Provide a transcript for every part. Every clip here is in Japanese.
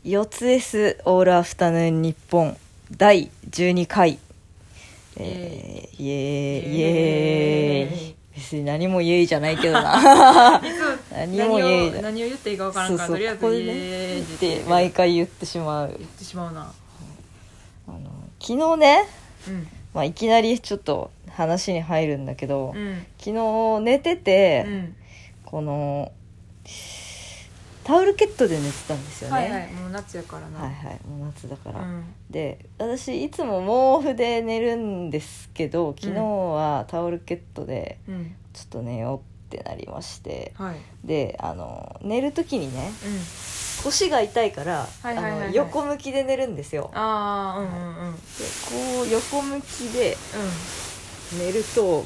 四つ S オールアフタヌーン日本第12回イエーイイエーイ別に何もイエーイじゃないけどな何もイエーイ何を言っていいか分からんからとりあえずイエーイって毎回言ってしまうな。 昨日ね、 うんいきなりちょっと話に入るんだけど、 うん昨日寝てて、このタオルケットで寝てたんですよね。 はいはい、もう夏やからな。 はいはい、もう夏だから、 うんで私いつも毛布で寝るんですけど、昨日はタオルケットでうんちょっと寝ようってなりまして、 はいで寝る時にねうん腰が痛いからはいはいはいはい横向きで寝るんですよ。 ああうんうんうんでこう横向きで寝ると、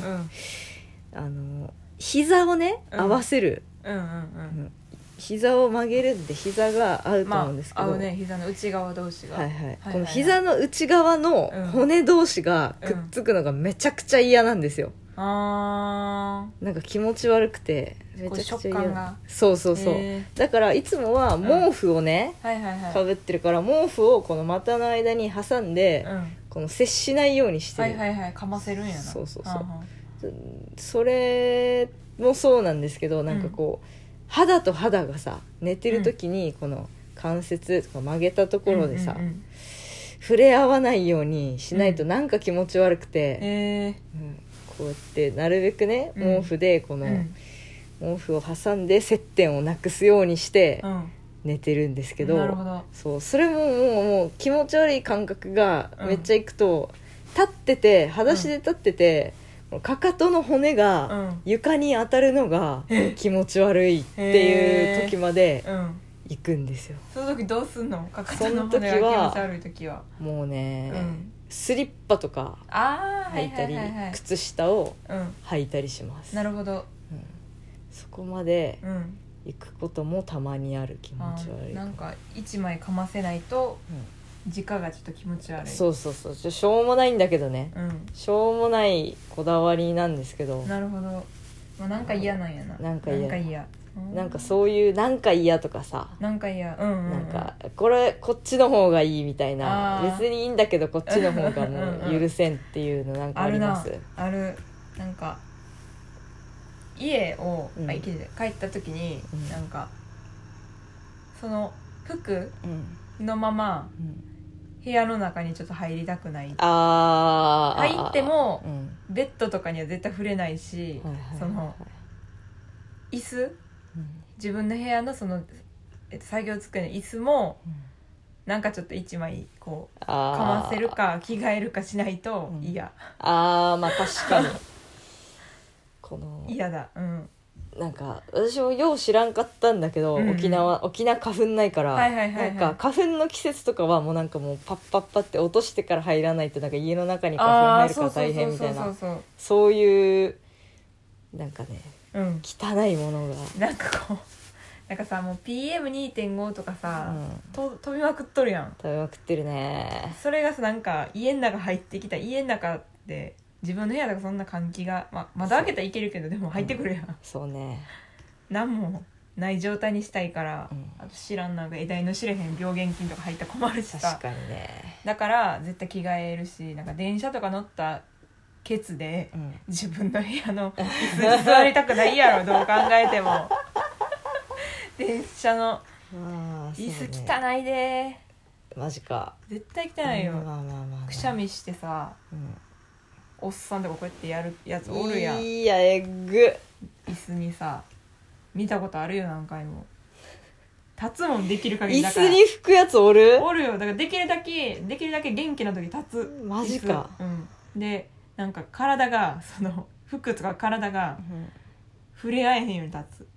膝をね、合わせる、膝を曲げるんで膝が合うと思うんですけど、 合うね、膝の内側同士が、 はいはいはいこの膝の内側の骨同士がくっつくのがめちゃくちゃ嫌なんですよ。 あなんか気持ち悪くてめちゃくちゃこう食感がそうそうそう、だからいつもは毛布をね、 はいはいはいかぶってるから毛布をこの股の間に挟んで、この接しないようにしてる、 はいはいはい、かませるんやな。 そうそうそうはんはんそれもそうなんですけど、なんかこう、肌と肌がさ寝てる時にこの関節とか曲げたところでさ、触れ合わないようにしないとなんか気持ち悪くて、こうやってなるべくね毛布でこの毛布を挟んで接点をなくすようにして寝てるんですけど、 なるほど。 そうそれももう気持ち悪い感覚がめっちゃいくと、立ってて裸足で立ってて、かかとの骨が床に当たるのが気持ち悪いっていう時まで行くんですよ。 その時どうすんの？かかとの骨が気持ち悪い時はもうね、スリッパとか履いたり、靴下を履いたりします。 なるほど、 そこまで行くこともたまにある。気持ち悪い。 なんか一枚かませないと、直がちょっと気持ち悪い。 そうそうそう、しょうもないんだけどね、しょうもないこだわりなんですけど。 なるほど、なんか嫌なんやな。 なんか嫌、なんかうそういうなんか嫌とかさ、 なんか嫌、 なんかこっちの方がいいみたいな、別にいいんだけどこっちの方がもう許せんっていうのなんかあります？ ある。なんか家を、帰った時に、なんかその服のまま、部屋の中にちょっと入りたくない。入っても、ベッドとかには絶対触れないし、その椅子、自分の部屋のその、作業机の椅子も、なんかちょっと一枚こうかませるか着替えるかしないと嫌。 まあ確かにこの嫌だ。 なんか私もよう知らんかったんだけど、沖縄花粉ないから、なんか花粉の季節とかはもうなんかもうパッパッパって落としてから入らないとなんか家の中に花粉入るから大変みたいな、そういうなんかね、汚いものがなんかこうなんかさ、もう PM2.5 とかさ、飛びまくっとるやん。 飛びまくってるね。 それがさ、なんか家の中入ってきた、家の中で自分の部屋だからそんな換気が、窓開けたらいけるけどでも入ってくるやん。 そうね、 なんもない状態にしたいから、あと知らんなんか得体の知れへん病原菌とか入ったら困るしさ。 確かにね。 だから絶対着替えるし、なんか電車とか乗ったケツで、自分の部屋の椅子に座りたくないやろどう考えても。電車の椅子汚いで。 マジか。 絶対汚いよ。くしゃみしてさ、おっさんとかこうやってやるやつおるやん。 いやえぐ。 椅子にさ、見たことあるよ何回も。立つもんできる限りだから。 椅子に吹くやつおる？ おるよ。だからできるだけ元気な時立つ。 マジか。 でなんか体がその服とか体が、触れ合えへんように立つ。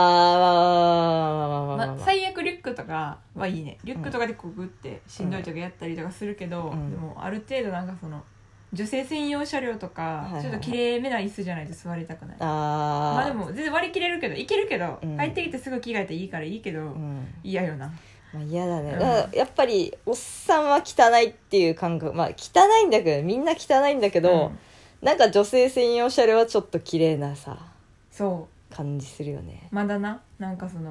最悪リュックとかはいいね。リュックとかでこうグってしんどい時やったりとかするけど、でもある程度なんかその女性専用車両とか、ちょっと綺麗めな椅子じゃないと座りたくない。でも全然割り切れるけどいけるけど、入ってきてすぐ着替えていいからいいけど、嫌よな。 嫌だね。だからやっぱりおっさんは汚いっていう感覚、汚いんだけどみんな汚いんだけど、なんか女性専用車両はちょっと綺麗なさ、 そう感じするよね。 まだなんかその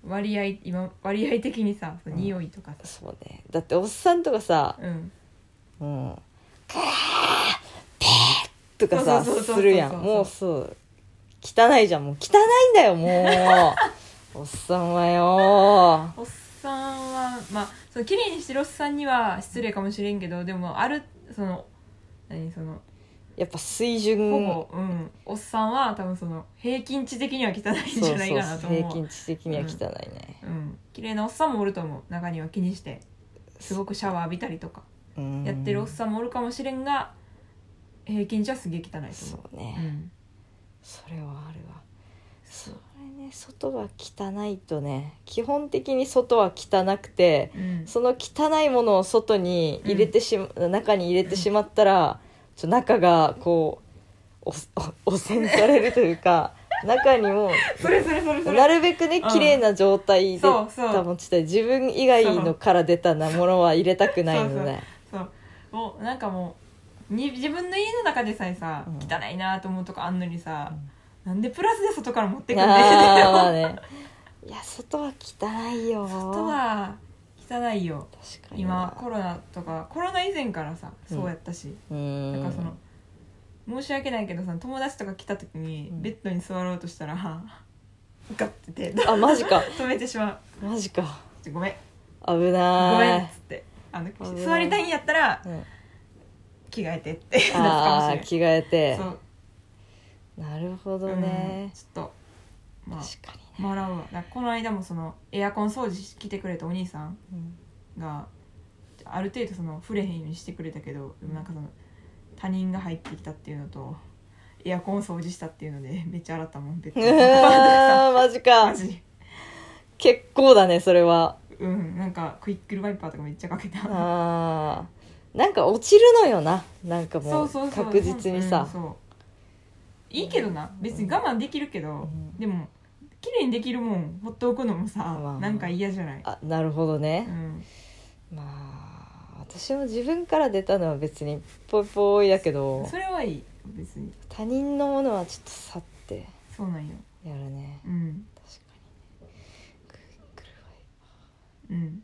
今割合的にさ、その匂いとかさ、 そうね、だっておっさんとかさ、 うんカーペーとかさそうするやん。もうそう汚いじゃん。もう汚いんだよもうおっさんはよ。 おっさんはまあその綺麗にしてるおっさんには失礼かもしれんけど、でもそのやっぱ水準ほぼ、おっさんは多分その平均値的には汚いんじゃないかなと思う。 平均値的には汚いね。 綺麗なおっさんもおると思う。中には気にしてすごくシャワー浴びたりとかやってるおっさんもおるかもしれんが、平均値はすげえ汚いと思う。 そうね、それはあるわ。それね、外が汚いとね、基本的に外は汚くて、その汚いものを外に入れて中に入れてしまったら、中がこう汚染されるというか中にもそれなるべくね綺麗な状態で保ちたい。自分以外のから出たものは入れたくないので、 そうもうなんかもう自分の家の中でさえさ、汚いなと思うとかあんのにさ、なんでプラスで外から持ってくんねん。 まあね、いや外は汚いよ。 外は汚いよ。 確かに今コロナ以前からさそうやったし、なんかその申し訳ないけどさ、友達とか来た時にベッドに座ろうとしたら、ガッて手マジか止めてしまう。 マジか、 ごめん危ないごめんっつって、座りたいんやったら、着替えてって着替えて。 そうなるほどね、 ちょっとまあ確かにね、 もらうわ。この間もそのエアコン掃除来てくれたお兄さんが、ある程度その触れへんようにしてくれたけど、でもなんかその他人が入ってきたっていうのとエアコン掃除したっていうのでめっちゃ洗ったもんベッドマジか。 マジ結構だねそれは。 なんかクイックルワイパーとかめっちゃかけた。 なんか落ちるのよな、なんかもう確実にさ、 そういいけどな、別に我慢できるけど、でも綺麗にできるもんほっとくのもさ、なんか嫌じゃない。 なるほどね、まあ私も自分から出たのは別にぽいぽいだけど、 それはいい。別に他人のものはちょっと去ってそうなんよやるね。確かにね、クイックルワイ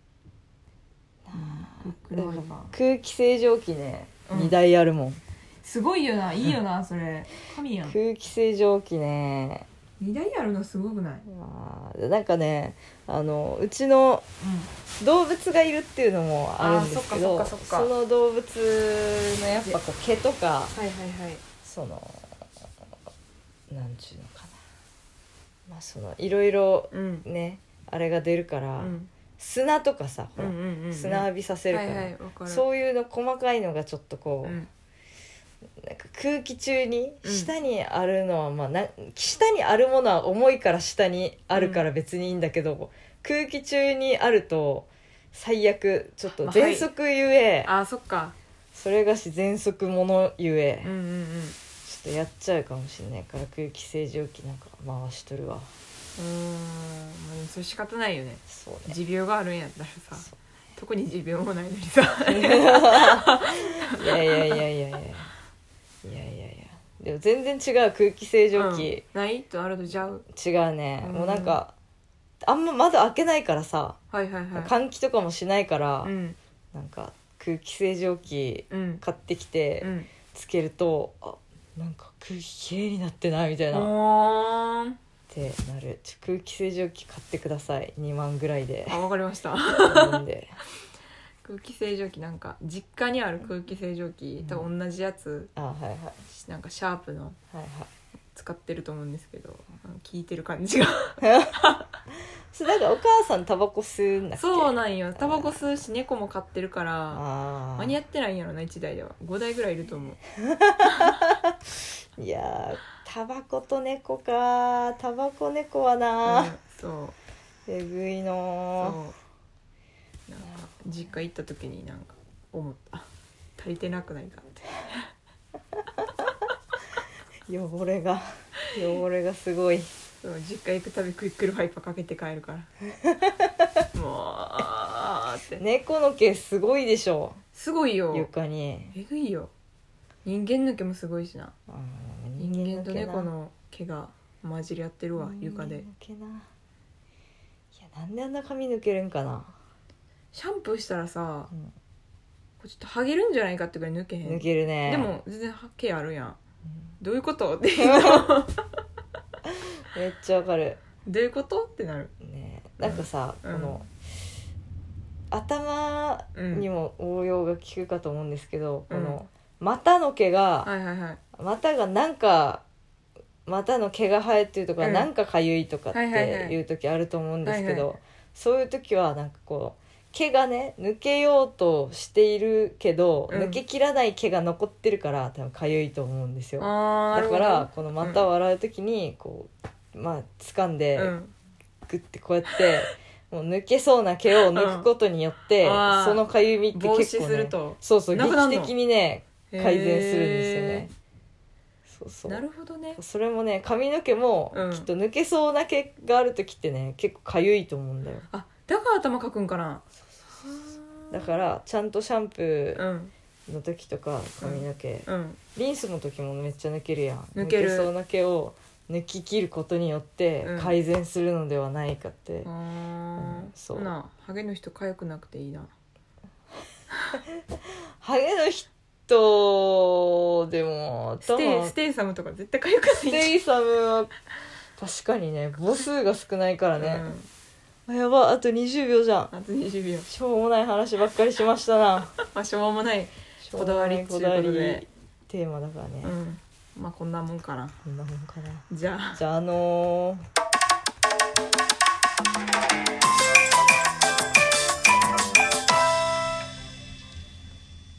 パークイックルワイパー、空気清浄機ね、2台あるもん。 すごいよな、いいよなそれ神やん。 空気清浄機ね 2台あるのすごくない？ なんかね、うちの動物がいるっていうのもあるんですけど、その動物のやっぱこう毛とか、そのなんちゅうのかな、まあそのいろいろね、あれが出るから、砂とかさ、ほら、砂浴びさせるから、そういうの細かいのがちょっとこう、なんか空気中に下にあるのは、まあ下にあるものは重いから下にあるから別にいいんだけど、空気中にあると最悪、ちょっと喘息ゆえ、 そっか、 それがし喘息ものゆえ、ちょっとやっちゃうかもしれないから空気清浄機なんか回しとるわ。 それ仕方ないよね。 そうね、 持病があるんやったらさ、特に持病もないのにさいやでも全然違う。空気清浄機、 ないとあるとちゃう。 違うね、もうなんかあんま窓開けないからさ、換気とかもしないから、なんか空気清浄機買ってきてつけると、なんか空気きれいになってないみたいなってなる。空気清浄機買ってください、2万ぐらいで。 わかりましたなんで空気清浄機、なんか実家にある空気清浄機多分同じやつ、なんかシャープの使ってると思うんですけど、聞いてる感じがそれなんかお母さんタバコ吸うんだっけ？ そうなんよ、タバコ吸うし猫も飼ってるから間に合ってないんやろな。1台では5台ぐらいいると思ういやタバコと猫か。タバコ猫はな、 そうえぐいの。 なんか実家行った時になんか思った、足りてなくないかって汚れがすごい。 そう実家行くたびクイックルワイパーかけて帰るからもうって。 猫の毛すごいでしょ。 すごいよ、 床にえぐいよ。人間の毛もすごいしな。人間と人間の毛な、 猫の毛が混じり合ってるわ、床で。 人間の毛な。いやなんであんな髪抜けるんかな。 シャンプーしたらさ、 うん、 これちょっとハゲるんじゃないかってぐらい抜けへん。 抜けるね。 でも全然毛あるやん、 うん、 どういうことっていうのめっちゃわかる。 どういうことってなるね、なんかさ、 うん、 この頭にも応用が効くかと思うんですけど、 うん、 この股の毛が、 はいはいはい、 股がなんか股の毛が生えてるとか、 うん、 なんかかゆいとかっはいはいはいていう時あると思うんですけど、 はいはい、 そういう時はなんかこう毛がね抜けようとしているけど、 うん、 抜けきらない毛が残ってるから多分かゆいと思うんですよ。だからこの股を洗う時にこう、まあ掴んで、グッてこうやってもう抜けそうな毛を抜くことによって、そのかゆみって結構、ね、 防止すると、 そうそう劇的にね改善するんですよね。そうそう、 なるほどね。 それもね髪の毛もきっと抜けそうな毛がある時ってね結構かゆいと思うんだよ。 あ、だから頭かくんかな。 だからちゃんとシャンプーの時とか髪の毛、 うん、 リンスの時もめっちゃ抜けるやん。 抜ける。 抜けそうな毛を抜き切ることによって改善するのではないかって、うん、 そうな、ハゲの人かゆくなくていいなハゲの人でもステイサムとか絶対かゆくない。 ステイサムは確かにね母数が少ないからね、うん、やば、あと20秒じゃん。 あと20秒。 しょうもない話ばっかりしましたなまあしょうもないこだわりっていうことでテーマだからね、 うん、まあこんなもんかな。 こんなもんかな。 じゃあ